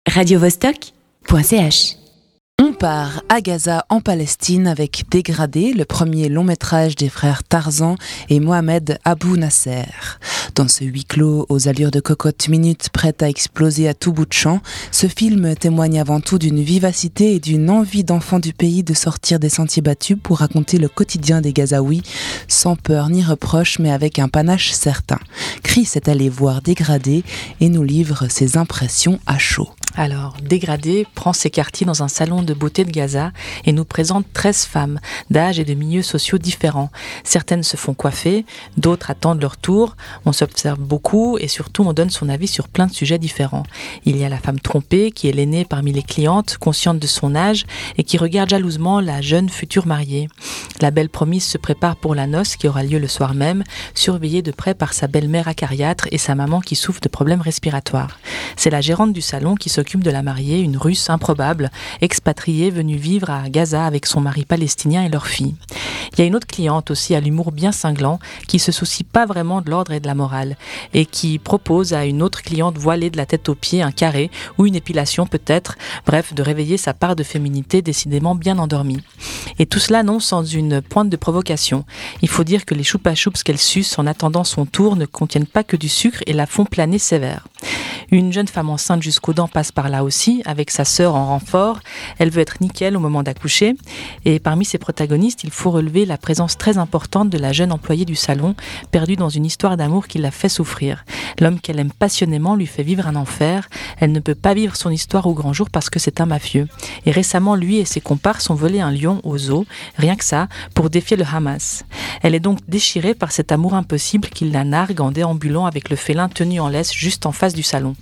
radiovostok.ch. On part à Gaza en Palestine avec Dégradé, le premier long métrage des frères Tarzan et Mohamed Abou Nasser. Dans ce huis clos aux allures de cocotte minute prête à exploser à tout bout de champ, ce film témoigne avant tout d'une vivacité et d'une envie d'enfants du pays de sortir des sentiers battus pour raconter le quotidien des Gazaouis, sans peur ni reproche mais avec un panache certain. Chris est allé voir Dégradé et nous livre ses impressions à chaud. Alors, Dégradé prend ses quartiers dans un salon de beauté de Gaza et nous présente 13 femmes d'âge et de milieux sociaux différents. Certaines se font coiffer, d'autres attendent leur tour. On s'observe beaucoup et surtout on donne son avis sur plein de sujets différents. Il y a la femme trompée qui est l'aînée parmi les clientes, consciente de son âge et qui regarde jalousement la jeune future mariée. La belle promise se prépare pour la noce qui aura lieu le soir même, surveillée de près par sa belle-mère acariâtre et sa maman qui souffre de problèmes respiratoires. C'est la gérante du salon qui s'occupe de la mariée, une Russe improbable, expatriée venue vivre à Gaza avec son mari palestinien et leur fille. Il y a une autre cliente aussi à l'humour bien cinglant qui se soucie pas vraiment de l'ordre et de la morale et qui propose à une autre cliente voilée de la tête aux pieds un carré ou une épilation peut-être, bref, de réveiller sa part de féminité décidément bien endormie. Et tout cela non sans une pointe de provocation. Il faut dire que les choupa-choups qu'elle suce en attendant son tour ne contiennent pas que du sucre et la font planer sévère. Une jeune femme enceinte jusqu'aux dents passe par là aussi, avec sa sœur en renfort. Elle veut être nickel au moment d'accoucher. Et parmi ses protagonistes, il faut relever la présence très importante de la jeune employée du salon, perdue dans une histoire d'amour qui la fait souffrir. L'homme qu'elle aime passionnément lui fait vivre un enfer. Elle ne peut pas vivre son histoire au grand jour parce que c'est un mafieux. Et récemment, lui et ses comparses ont volé un lion au zoo, rien que ça, pour défier le Hamas. Elle est donc déchirée par cet amour impossible qui la nargue en déambulant avec le félin tenu en laisse juste en face du salon.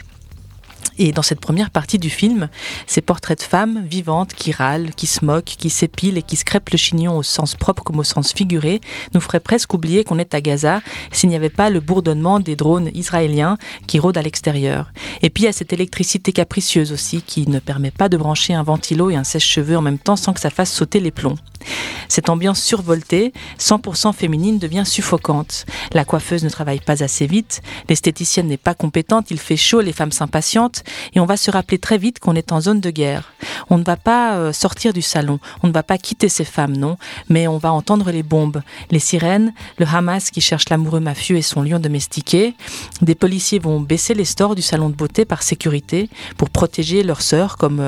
Et dans cette première partie du film, ces portraits de femmes vivantes qui râlent, qui se moquent, qui s'épilent et qui se crêpent le chignon au sens propre comme au sens figuré, nous feraient presque oublier qu'on est à Gaza s'il n'y avait pas le bourdonnement des drones israéliens qui rôdent à l'extérieur. Et puis il y a cette électricité capricieuse aussi qui ne permet pas de brancher un ventilo et un sèche-cheveux en même temps sans que ça fasse sauter les plombs. Cette ambiance survoltée, 100% féminine, devient suffocante. La coiffeuse ne travaille pas assez vite, l'esthéticienne n'est pas compétente, il fait chaud, les femmes s'impatientent, et on va se rappeler très vite qu'on est en zone de guerre. On ne va pas sortir du salon, on ne va pas quitter ces femmes, non, mais on va entendre les bombes, les sirènes, le Hamas qui cherche l'amoureux mafieux et son lion domestiqué. Des policiers vont baisser les stores du salon de beauté par sécurité pour protéger leurs sœurs, comme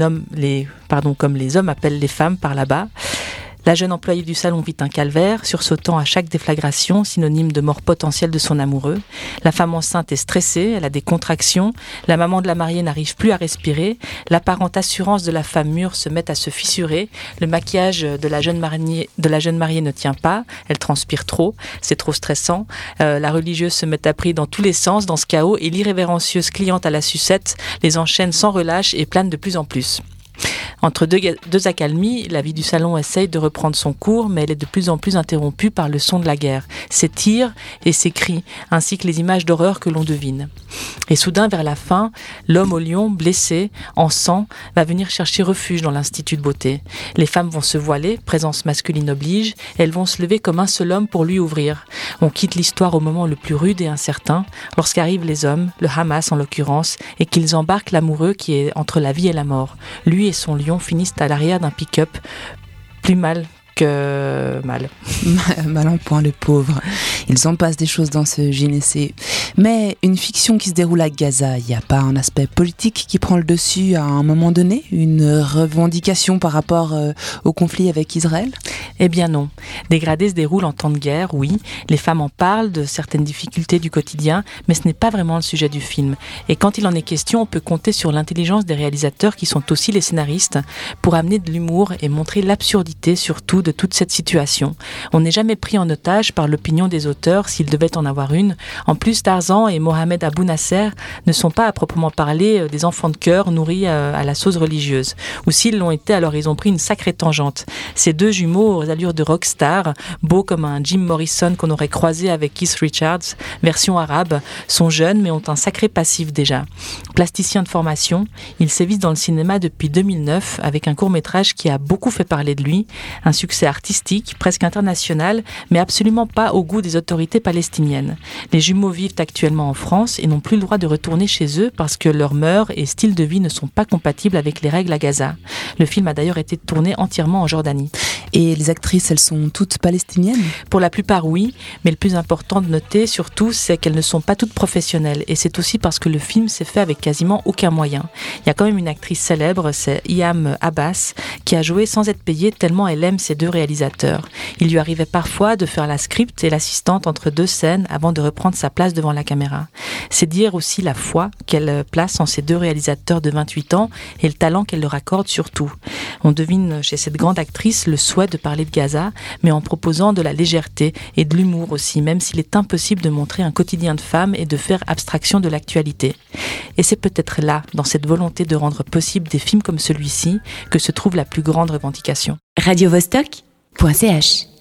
les hommes appellent les femmes par là-bas. La jeune employée du salon vit un calvaire, sursautant à chaque déflagration, synonyme de mort potentielle de son amoureux. La femme enceinte est stressée, elle a des contractions. La maman de la mariée n'arrive plus à respirer. L'apparente assurance de la femme mûre se met à se fissurer. Le maquillage de la jeune mariée ne tient pas. Elle transpire trop, c'est trop stressant. La religieuse se met à prier dans tous les sens dans ce chaos et l'irrévérencieuse cliente à la sucette les enchaîne sans relâche et plane de plus en plus. Entre deux accalmies, la vie du salon essaye de reprendre son cours, mais elle est de plus en plus interrompue par le son de la guerre, ses tirs et ses cris, ainsi que les images d'horreur que l'on devine. Et soudain, vers la fin, l'homme au lion, blessé, en sang, va venir chercher refuge dans l'institut de beauté. Les femmes vont se voiler, présence masculine oblige, et elles vont se lever comme un seul homme pour lui ouvrir. On quitte l'histoire au moment le plus rude et incertain, lorsqu'arrivent les hommes, le Hamas en l'occurrence, et qu'ils embarquent l'amoureux qui est entre la vie et la mort. Lui et son lion finissent à l'arrière d'un pick-up, plus mal que mal. Mal en point, le pauvre. Ils en passent des choses dans ce gynécée. Mais une fiction qui se déroule à Gaza, il n'y a pas un aspect politique qui prend le dessus à un moment donné? Une revendication par rapport au conflit avec Israël? Eh bien non. Dégradé se déroule en temps de guerre, oui. Les femmes en parlent de certaines difficultés du quotidien, mais ce n'est pas vraiment le sujet du film. Et quand il en est question, on peut compter sur l'intelligence des réalisateurs qui sont aussi les scénaristes pour amener de l'humour et montrer l'absurdité surtout de toute cette situation. On n'est jamais pris en otage par l'opinion des auteurs s'il devait en avoir une. En plus, Tarzan et Mohamed Abou Nasser ne sont pas à proprement parler des enfants de cœur nourris à la sauce religieuse. Ou s'ils l'ont été, alors ils ont pris une sacrée tangente. Ces deux jumeaux aux allures de rockstar, beaux comme un Jim Morrison qu'on aurait croisé avec Keith Richards, version arabe, sont jeunes mais ont un sacré passif déjà. Plasticien de formation, ils sévissent dans le cinéma depuis 2009 avec un court-métrage qui a beaucoup fait parler de lui, un succès succès artistique, presque international, mais absolument pas au goût des autorités palestiniennes. Les jumeaux vivent actuellement en France et n'ont plus le droit de retourner chez eux parce que leurs mœurs et style de vie ne sont pas compatibles avec les règles à Gaza. Le film a d'ailleurs été tourné entièrement en Jordanie. Et les actrices, elles sont toutes palestiniennes ? Pour la plupart, oui, mais le plus important de noter, surtout, c'est qu'elles ne sont pas toutes professionnelles. Et c'est aussi parce que le film s'est fait avec quasiment aucun moyen. Il y a quand même une actrice célèbre, c'est Hiam Abbas, qui a joué sans être payée tellement elle aime ses deux réalisateurs. Il lui arrivait parfois de faire la script et l'assistante entre deux scènes avant de reprendre sa place devant la caméra. C'est dire aussi la foi qu'elle place en ces deux réalisateurs de 28 ans et le talent qu'elle leur accorde surtout. On devine chez cette grande actrice le souhait de parler de Gaza, mais en proposant de la légèreté et de l'humour aussi, même s'il est impossible de montrer un quotidien de femme et de faire abstraction de l'actualité. Et c'est peut-être là, dans cette volonté de rendre possible des films comme celui-ci, que se trouve la plus grande revendication. radiovostok.ch